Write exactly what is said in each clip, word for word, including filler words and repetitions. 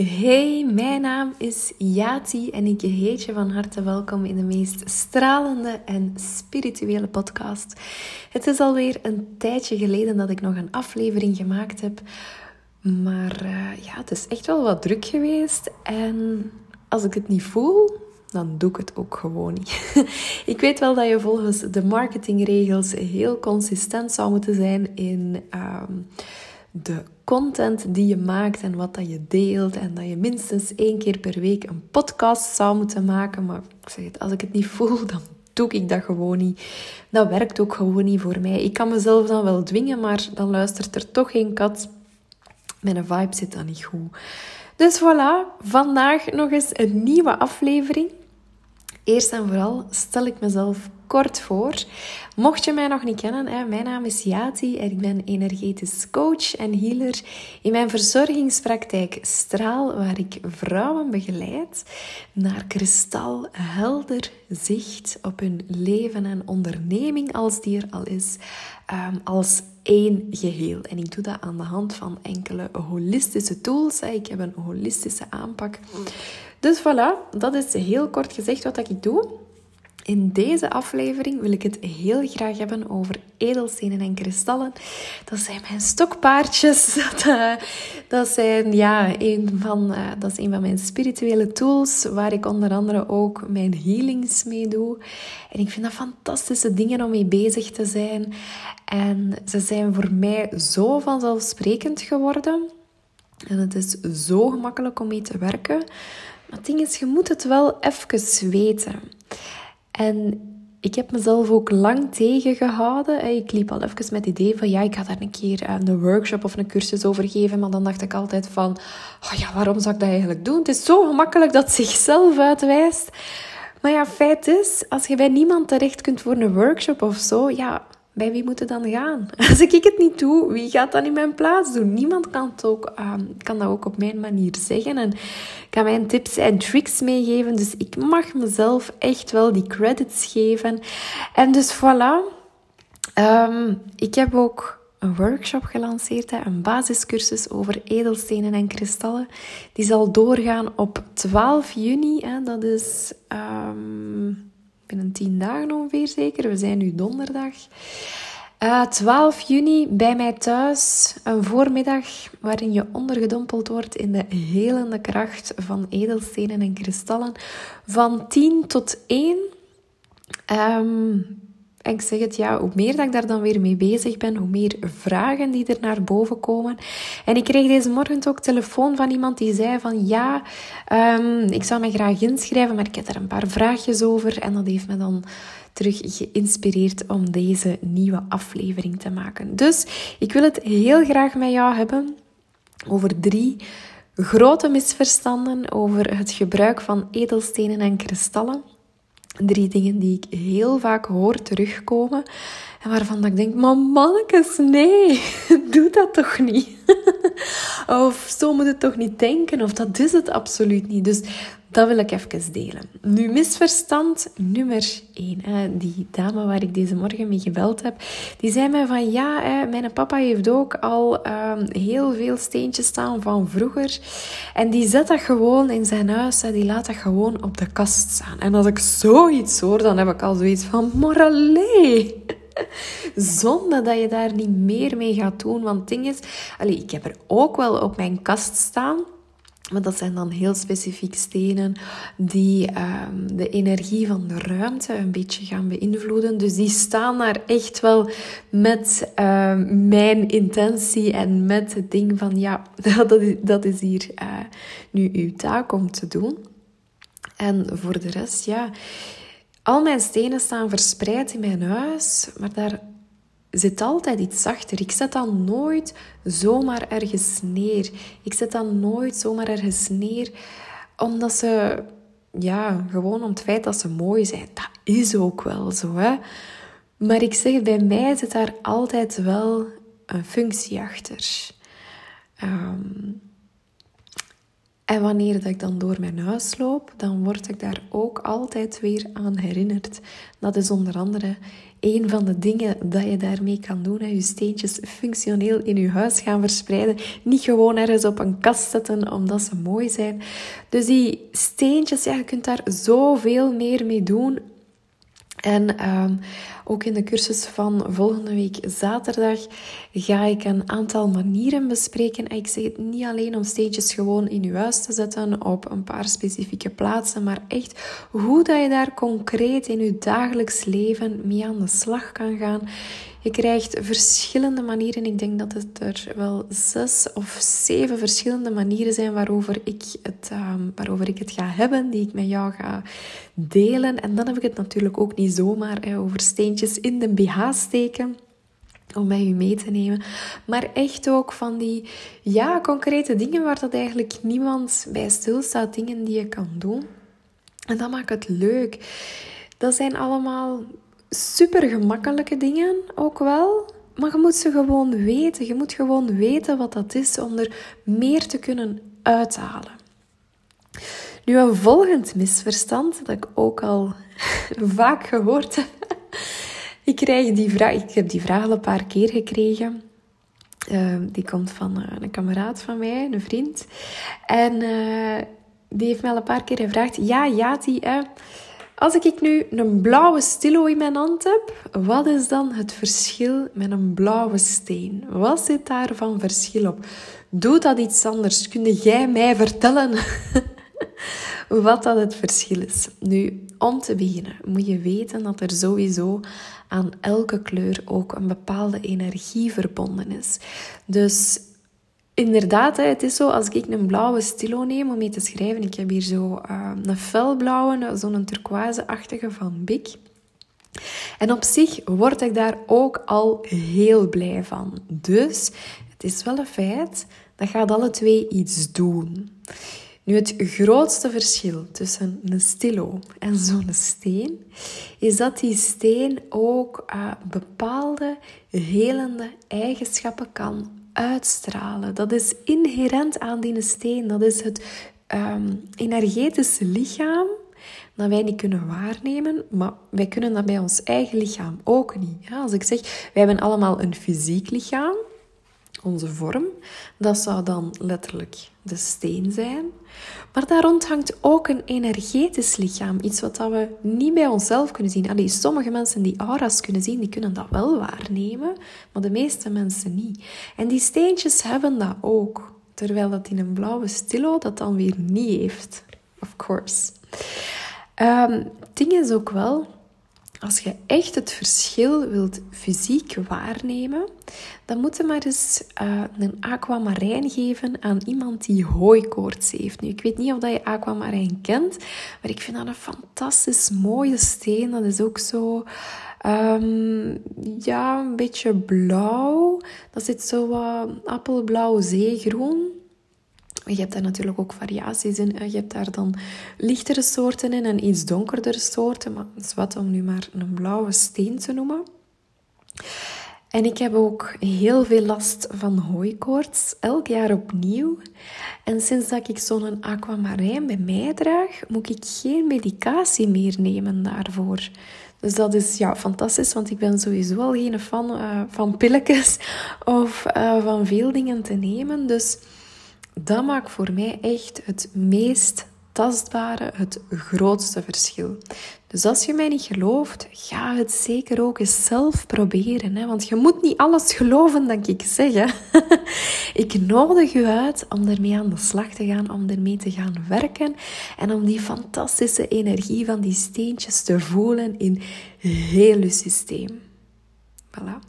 Hey, mijn naam is Yati en ik heet je van harte welkom in de meest stralende en spirituele podcast. Het is alweer een tijdje geleden dat ik nog een aflevering gemaakt heb, maar uh, ja, het is echt wel wat druk geweest en als ik het niet voel, dan doe ik het ook gewoon niet. Ik weet wel dat je volgens de marketingregels heel consistent zou moeten zijn in um, de content die je maakt en wat dat je deelt. En dat je minstens één keer per week een podcast zou moeten maken. Maar ik zeg het, als ik het niet voel, dan doe ik dat gewoon niet. Dat werkt ook gewoon niet voor mij. Ik kan mezelf dan wel dwingen, maar dan luistert er toch geen kat. Mijn vibe zit dan niet goed. Dus voilà, vandaag nog eens een nieuwe aflevering. Eerst en vooral stel ik mezelf kort voor. Mocht je mij nog niet kennen, hè, mijn naam is Yati en ik ben energetisch coach en healer in mijn verzorgingspraktijk Straal, waar ik vrouwen begeleid naar kristalhelder zicht op hun leven en onderneming, als die er al is, um, als één geheel. En ik doe dat aan de hand van enkele holistische tools. Hè. Ik heb een holistische aanpak. Dus voilà, dat is heel kort gezegd wat ik doe. In deze aflevering wil ik het heel graag hebben over edelstenen en kristallen. Dat zijn mijn stokpaardjes. Dat, uh, dat, zijn, ja, een van, uh, dat is een van mijn spirituele tools, waar ik onder andere ook mijn healings mee doe. En ik vind dat fantastische dingen om mee bezig te zijn. En ze zijn voor mij zo vanzelfsprekend geworden. En het is zo gemakkelijk om mee te werken. Maar het ding is, je moet het wel even weten. En ik heb mezelf ook lang tegengehouden. Ik liep al even met het idee van, ja, ik ga daar een keer een workshop of een cursus over geven. Maar dan dacht ik altijd van, oh ja, waarom zou ik dat eigenlijk doen? Het is zo gemakkelijk dat het zichzelf uitwijst. Maar ja, feit is, als je bij niemand terecht kunt voor een workshop of zo, ja, bij wie moet het dan gaan? Als ik het niet doe, wie gaat dat in mijn plaats doen? Niemand kan, het ook, um, kan dat ook op mijn manier zeggen en kan mij tips en tricks meegeven. Dus ik mag mezelf echt wel die credits geven. En dus voilà. Um, ik heb ook een workshop gelanceerd, hè, een basiscursus over edelstenen en kristallen. Die zal doorgaan op twaalf juni. Hè, dat is... Um, binnen tien dagen ongeveer zeker. We zijn nu donderdag. Uh, twaalf juni bij mij thuis. Een voormiddag waarin je ondergedompeld wordt in de helende kracht van edelstenen en kristallen. Van tien tot één. Um, en ik zeg het, ja, hoe meer dat ik daar dan weer mee bezig ben, hoe meer vragen die er naar boven komen. En ik kreeg deze morgen ook telefoon van iemand die zei van, ja, um, ik zou me graag inschrijven, maar ik heb daar een paar vraagjes over. En dat heeft me dan terug geïnspireerd om deze nieuwe aflevering te maken. Dus ik wil het heel graag met jou hebben over drie grote misverstanden over het gebruik van edelstenen en kristallen. Drie dingen die ik heel vaak hoor terugkomen. En waarvan ik denk, maar mannekes, nee, doe dat toch niet. Of zo moet het toch niet denken. Of dat is het absoluut niet. Dus dat wil ik even delen. Nu, misverstand nummer één. Hè. Die dame waar ik deze morgen mee gebeld heb, die zei mij van, ja, hè, mijn papa heeft ook al um, heel veel steentjes staan van vroeger. En die zet dat gewoon in zijn huis. Hè. Die laat dat gewoon op de kast staan. En als ik zoiets hoor, dan heb ik al zoiets van, maar allee. Zonde dat je daar niet meer mee gaat doen. Want het ding is, allee, ik heb er ook wel op mijn kast staan. Maar dat zijn dan heel specifiek stenen die um, de energie van de ruimte een beetje gaan beïnvloeden. Dus die staan daar echt wel met um, mijn intentie en met het ding van, ja, dat is, dat is hier uh, nu uw taak om te doen. En voor de rest, ja, al mijn stenen staan verspreid in mijn huis, maar daar zit altijd iets achter. Ik zet dan nooit zomaar ergens neer. Ik zet dan nooit zomaar ergens neer, omdat ze, ja, gewoon om het feit dat ze mooi zijn. Dat is ook wel zo, hè. Maar ik zeg, bij mij zit daar altijd wel een functie achter. Um, En wanneer dat ik dan door mijn huis loop, dan word ik daar ook altijd weer aan herinnerd. Dat is onder andere een van de dingen dat je daarmee kan doen. Hè. Je steentjes functioneel in je huis gaan verspreiden. Niet gewoon ergens op een kast zetten omdat ze mooi zijn. Dus die steentjes, ja, je kunt daar zoveel meer mee doen. En um, ook in de cursus van volgende week zaterdag ga ik een aantal manieren bespreken. En ik zeg het niet alleen om steentjes gewoon in je huis te zetten op een paar specifieke plaatsen, maar echt hoe dat je daar concreet in je dagelijks leven mee aan de slag kan gaan. Je krijgt verschillende manieren. Ik denk dat het er wel zes of zeven verschillende manieren zijn waarover ik het, um, waarover ik het ga hebben, die ik met jou ga delen. En dan heb ik het natuurlijk ook niet zomaar hè, over steentjes in de B H steken, om met u mee te nemen. Maar echt ook van die ja, concrete dingen waar dat eigenlijk niemand bij stilstaat. Dingen die je kan doen. En dat maakt het leuk. Dat zijn allemaal super gemakkelijke dingen ook wel. Maar je moet ze gewoon weten. Je moet gewoon weten wat dat is om er meer te kunnen uithalen. Nu, een volgend misverstand dat ik ook al vaak gehoord heb. Ik, krijg die vraag, ik heb die vraag al een paar keer gekregen. Uh, die komt van uh, een kameraad van mij, een vriend. En uh, die heeft mij al een paar keer gevraagd. Ja, Yati, hè, als ik nu een blauwe stilo in mijn hand heb, wat is dan het verschil met een blauwe steen? Wat zit daar van verschil op? Doe dat iets anders. Kun jij mij vertellen wat dat het verschil is? Nu, om te beginnen moet je weten dat er sowieso aan elke kleur ook een bepaalde energie verbonden is. Dus inderdaad, het is zo, als ik een blauwe stilo neem om mee te schrijven, ik heb hier zo uh, een felblauwe, zo'n turquoise-achtige van Bic. En op zich word ik daar ook al heel blij van. Dus het is wel een feit, dat gaat alle twee iets doen. Nu, het grootste verschil tussen een stilo en zo'n steen is dat die steen ook uh, bepaalde helende eigenschappen kan uitstralen. Dat is inherent aan die steen. Dat is het um, energetische lichaam dat wij niet kunnen waarnemen, maar wij kunnen dat bij ons eigen lichaam ook niet. Ja, als ik zeg, wij hebben allemaal een fysiek lichaam, onze vorm, dat zou dan letterlijk de steen zijn. Maar daar rond hangt ook een energetisch lichaam. Iets wat we niet bij onszelf kunnen zien. Allee, sommige mensen die aura's kunnen zien, die kunnen dat wel waarnemen. Maar de meeste mensen niet. En die steentjes hebben dat ook. Terwijl dat in een blauwe stilo dat dan weer niet heeft. Of course. Um, het ding is ook wel, als je echt het verschil wilt fysiek waarnemen, dan moet je maar eens uh, een aquamarijn geven aan iemand die hooikoorts heeft. Nu, ik weet niet of je aquamarijn kent, maar ik vind dat een fantastisch mooie steen. Dat is ook zo, um, ja, een beetje blauw. Dat zit zo wat uh, appelblauw zeegroen. Je hebt daar natuurlijk ook variaties in. Je hebt daar dan lichtere soorten in en iets donkerdere soorten. Maar het is wat om nu maar een blauwe steen te noemen. En ik heb ook heel veel last van hooikoorts. Elk jaar opnieuw. En sinds dat ik zo'n aquamarijn bij mij draag, moet ik geen medicatie meer nemen daarvoor. Dus dat is ja, fantastisch, want ik ben sowieso al geen fan uh, van pilletjes of uh, van veel dingen te nemen. Dus dat maakt voor mij echt het meest tastbare, het grootste verschil. Dus als je mij niet gelooft, ga het zeker ook eens zelf proberen. Hè? Want je moet niet alles geloven dat ik zeg. Hè? Ik nodig je uit om ermee aan de slag te gaan, om ermee te gaan werken en om die fantastische energie van die steentjes te voelen in heel je systeem. Voilà.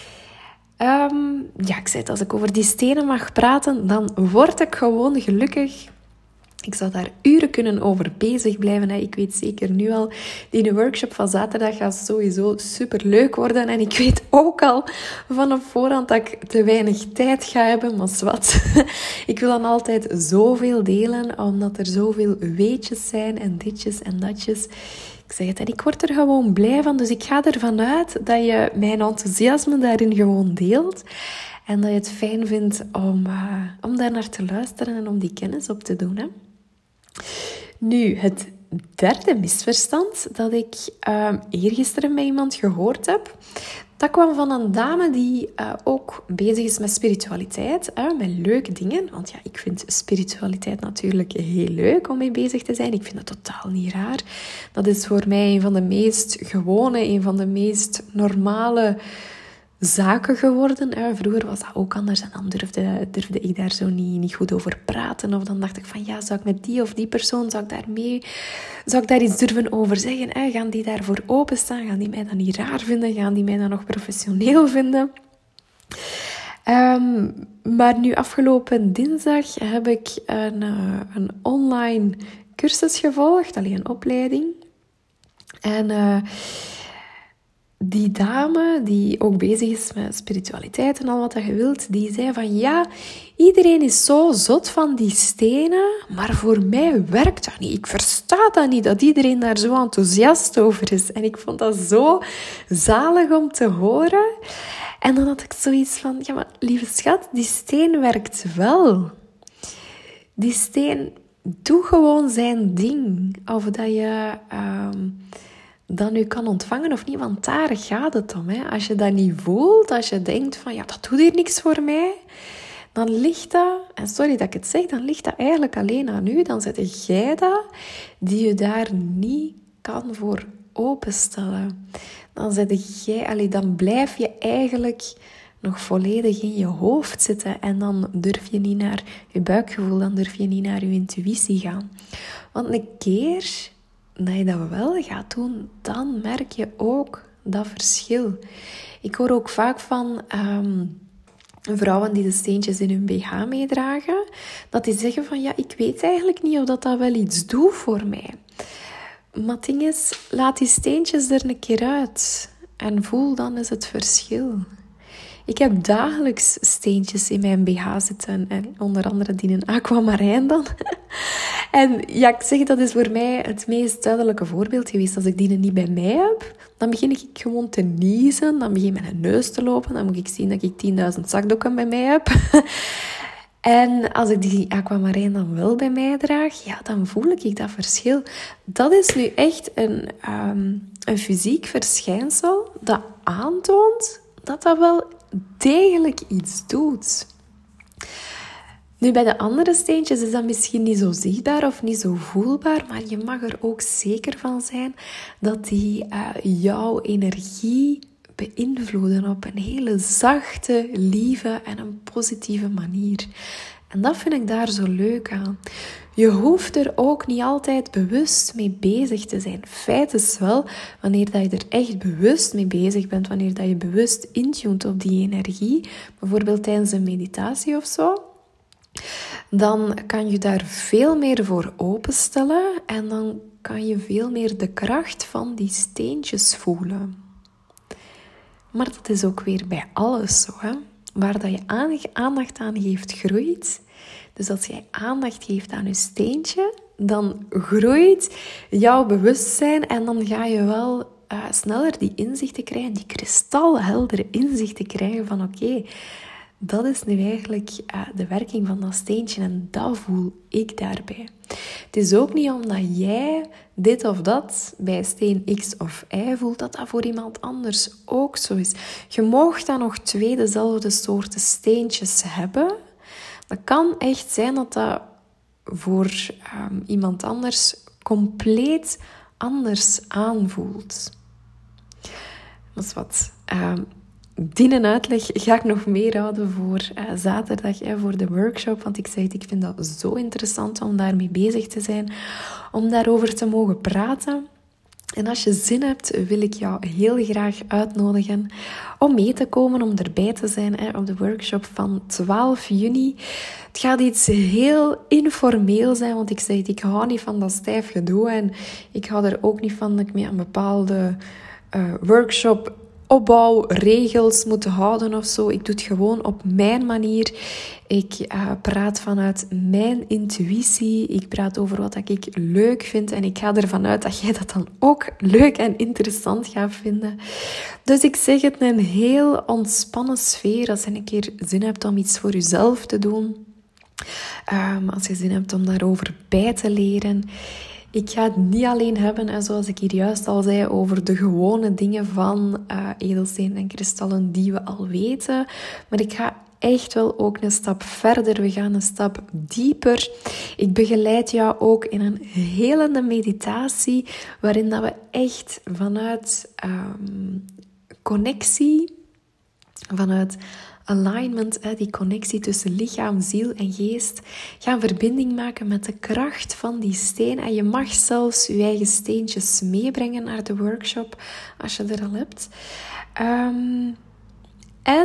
Um, ja, ik zei het, als ik over die stenen mag praten, dan word ik gewoon gelukkig. Ik zou daar uren kunnen over bezig blijven. Hè. Ik weet zeker nu al, die workshop van zaterdag gaat sowieso super leuk worden. En ik weet ook al van op voorhand dat ik te weinig tijd ga hebben. Maar zwart. Ik wil dan altijd zoveel delen, omdat er zoveel weetjes zijn en ditjes en datjes. Ik zeg het, en ik word er gewoon blij van. Dus ik ga ervan uit dat je mijn enthousiasme daarin gewoon deelt. En dat je het fijn vindt om, uh, om daar naar te luisteren en om die kennis op te doen. Hè? Nu, het derde misverstand dat ik uh, eergisteren met iemand gehoord heb, dat kwam van een dame die uh, ook bezig is met spiritualiteit, uh, met leuke dingen. Want ja, ik vind spiritualiteit natuurlijk heel leuk om mee bezig te zijn. Ik vind het totaal niet raar. Dat is voor mij een van de meest gewone, een van de meest normale zaken geworden. Uh, vroeger was dat ook anders en dan durfde, durfde ik daar zo niet, niet goed over praten. Of dan dacht ik van ja, zou ik met die of die persoon, zou ik daar mee, zou ik daar iets durven over zeggen? Uh, gaan die daarvoor openstaan? Gaan die mij dan niet raar vinden? Gaan die mij dan nog professioneel vinden? Um, maar nu afgelopen dinsdag heb ik een, uh, een online cursus gevolgd, alleen een opleiding. En uh, die dame, die ook bezig is met spiritualiteit en al wat dat je wilt, die zei van ja, iedereen is zo zot van die stenen, maar voor mij werkt dat niet. Ik versta dat niet, dat iedereen daar zo enthousiast over is. En ik vond dat zo zalig om te horen. En dan had ik zoiets van, ja maar lieve schat, die steen werkt wel. Die steen, doe gewoon zijn ding. Of dat je Um, dat nu kan ontvangen of niet, want daar gaat het om. Hè. Als je dat niet voelt, als je denkt van, ja, dat doet hier niks voor mij, dan ligt dat, en sorry dat ik het zeg, dan ligt dat eigenlijk alleen aan u. Dan zet jij dat, die je daar niet kan voor openstellen. Dan zet jij, allee, dan blijf je eigenlijk nog volledig in je hoofd zitten en dan durf je niet naar je buikgevoel, dan durf je niet naar je intuïtie gaan. Want een keer dat je dat wel gaat doen, dan merk je ook dat verschil. Ik hoor ook vaak van um, vrouwen die de steentjes in hun B H meedragen, dat die zeggen van ja, ik weet eigenlijk niet of dat, dat wel iets doet voor mij. Maar het ding is, laat die steentjes er een keer uit en voel dan eens het verschil. Ik heb dagelijks steentjes in mijn B H zitten. En onder andere die in aquamarijn dan. En ja, ik zeg, dat is voor mij het meest duidelijke voorbeeld geweest. Als ik die niet bij mij heb, dan begin ik gewoon te niezen. Dan begin mijn neus te lopen. Dan moet ik zien dat ik tienduizend zakdoeken bij mij heb. En als ik die aquamarijn dan wel bij mij draag, ja, dan voel ik dat verschil. Dat is nu echt een, um, een fysiek verschijnsel dat aantoont dat dat wel degelijk iets doet. Nu, bij de andere steentjes is dat misschien niet zo zichtbaar of niet zo voelbaar, maar je mag er ook zeker van zijn dat die uh, jouw energie beïnvloeden op een hele zachte, lieve en een positieve manier. En dat vind ik daar zo leuk aan. Je hoeft er ook niet altijd bewust mee bezig te zijn. Feit is wel, wanneer dat je er echt bewust mee bezig bent, wanneer dat je bewust intunt op die energie, bijvoorbeeld tijdens een meditatie of zo, dan kan je daar veel meer voor openstellen en dan kan je veel meer de kracht van die steentjes voelen. Maar dat is ook weer bij alles zo, hè? Waar dat je aandacht aan geeft, groeit. Dus als jij aandacht geeft aan je steentje, dan groeit jouw bewustzijn en dan ga je wel uh, sneller die inzichten krijgen, die kristalheldere inzichten krijgen van oké, okay, dat is nu eigenlijk uh, de werking van dat steentje en dat voel ik daarbij. Het is ook niet omdat jij dit of dat bij steen X of Y voelt, dat dat voor iemand anders ook zo is. Je mag dan nog twee dezelfde soorten steentjes hebben. Dat kan echt zijn dat dat voor um, iemand anders compleet anders aanvoelt. Dat is wat. Um, Die een uitleg ga ik nog meer houden voor uh, zaterdag, uh, voor de workshop. Want ik zeg het, ik vind dat zo interessant om daarmee bezig te zijn. Om daarover te mogen praten. En als je zin hebt, wil ik jou heel graag uitnodigen om mee te komen, om erbij te zijn hè, op de workshop van twaalf juni. Het gaat iets heel informeel zijn, want ik zeg het, ik hou niet van dat stijf gedoe. En ik hou er ook niet van dat ik met een bepaalde uh, workshop opbouwregels moeten houden of zo. Ik doe het gewoon op mijn manier. Ik uh, praat vanuit mijn intuïtie. Ik praat over wat ik leuk vind. En ik ga ervan uit dat jij dat dan ook leuk en interessant gaat vinden. Dus ik zeg het, een heel ontspannen sfeer. Als je een keer zin hebt om iets voor jezelf te doen. Um, als je zin hebt om daarover bij te leren. Ik ga het niet alleen hebben, en zoals ik hier juist al zei, over de gewone dingen van uh, edelstenen en kristallen die we al weten. Maar ik ga echt wel ook een stap verder. We gaan een stap dieper. Ik begeleid jou ook in een helende meditatie, waarin dat we echt vanuit um, connectie, vanuit alignment, die connectie tussen lichaam, ziel en geest, gaan verbinding maken met de kracht van die steen. En je mag zelfs je eigen steentjes meebrengen naar de workshop, als je er al hebt. Um, en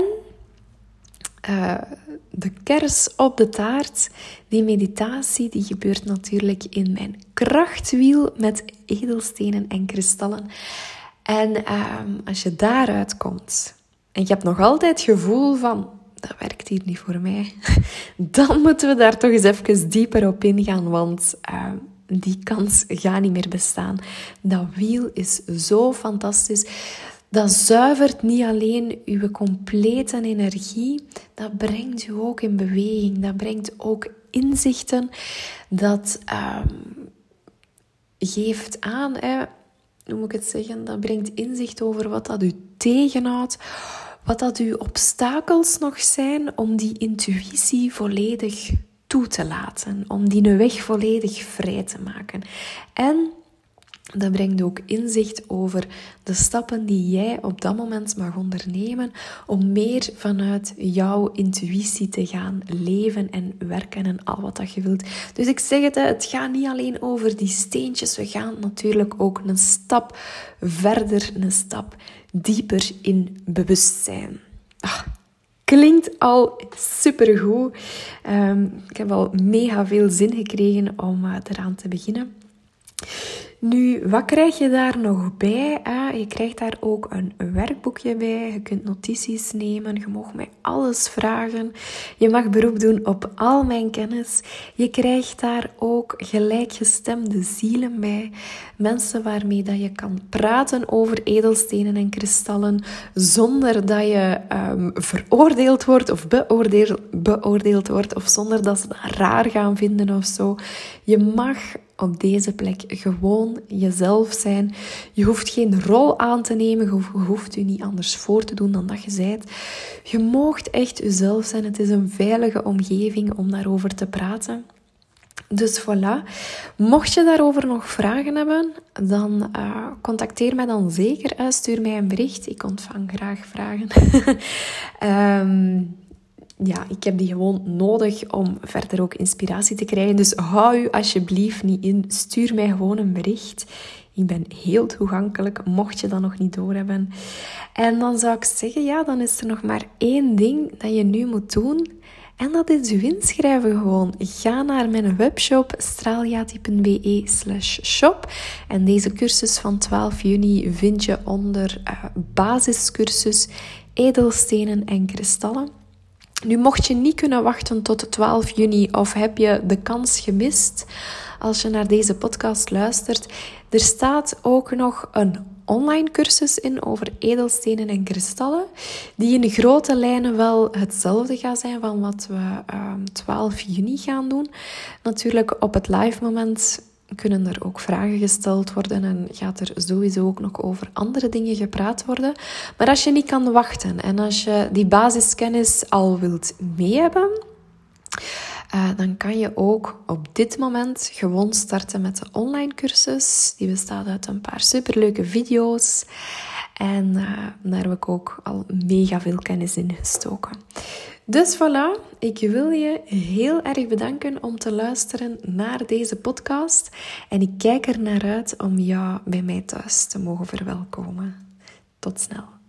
uh, de kers op de taart, die meditatie, die gebeurt natuurlijk in mijn krachtwiel met edelstenen en kristallen. En um, als je daaruit komt en je hebt nog altijd het gevoel van, dat werkt hier niet voor mij, dan moeten we daar toch eens even dieper op ingaan, want uh, die kans gaat niet meer bestaan. Dat wiel is zo fantastisch. Dat zuivert niet alleen uw complete energie, dat brengt u ook in beweging. Dat brengt ook inzichten. Dat uh, geeft aan, hè, hoe moet ik het zeggen, dat brengt inzicht over wat dat u tegenhoudt. Wat dat uw obstakels nog zijn om die intuïtie volledig toe te laten. Om die een weg volledig vrij te maken. En dat brengt ook inzicht over de stappen die jij op dat moment mag ondernemen om meer vanuit jouw intuïtie te gaan leven en werken en al wat dat je wilt. Dus ik zeg het, het gaat niet alleen over die steentjes. We gaan natuurlijk ook een stap verder, een stap dieper in bewustzijn. Ah, klinkt al supergoed. Um, ik heb al mega veel zin gekregen om uh, eraan te beginnen. Nu, wat krijg je daar nog bij? Ah, je krijgt daar ook een werkboekje bij. Je kunt notities nemen. Je mag mij alles vragen. Je mag beroep doen op al mijn kennis. Je krijgt daar ook gelijkgestemde zielen bij. Mensen waarmee dat je kan praten over edelstenen en kristallen zonder dat je um, veroordeeld wordt of beoordeeld, beoordeeld wordt of zonder dat ze dat raar gaan vinden of zo. Je mag op deze plek gewoon jezelf zijn. Je hoeft geen rol aan te nemen. Je hoeft je niet anders voor te doen dan dat je bent. Je moogt echt jezelf zijn. Het is een veilige omgeving om daarover te praten. Dus voilà. Mocht je daarover nog vragen hebben, dan uh, contacteer mij dan zeker. Uh, stuur mij een bericht. Ik ontvang graag vragen. um, Ja, ik heb die gewoon nodig om verder ook inspiratie te krijgen. Dus hou u alsjeblieft niet in. Stuur mij gewoon een bericht. Ik ben heel toegankelijk, mocht je dat nog niet doorhebben. En dan zou ik zeggen, ja, dan is er nog maar één ding dat je nu moet doen. En dat is je inschrijven gewoon. Ga naar mijn webshop straaljati.be slash shop. En deze cursus van twaalf juni vind je onder uh, basiscursus edelstenen en kristallen. Nu, mocht je niet kunnen wachten tot twaalf juni of heb je de kans gemist als je naar deze podcast luistert, er staat ook nog een online cursus in over edelstenen en kristallen, die in grote lijnen wel hetzelfde gaat zijn van wat we um, twaalf juni gaan doen. Natuurlijk op het live moment kunnen er ook vragen gesteld worden en gaat er sowieso ook nog over andere dingen gepraat worden. Maar als je niet kan wachten en als je die basiskennis al wilt mee hebben, uh, dan kan je ook op dit moment gewoon starten met de online cursus. Die bestaat uit een paar superleuke video's. En uh, daar heb ik ook al mega veel kennis in gestoken. Dus voilà, ik wil je heel erg bedanken om te luisteren naar deze podcast. En ik kijk er naar uit om jou bij mij thuis te mogen verwelkomen. Tot snel.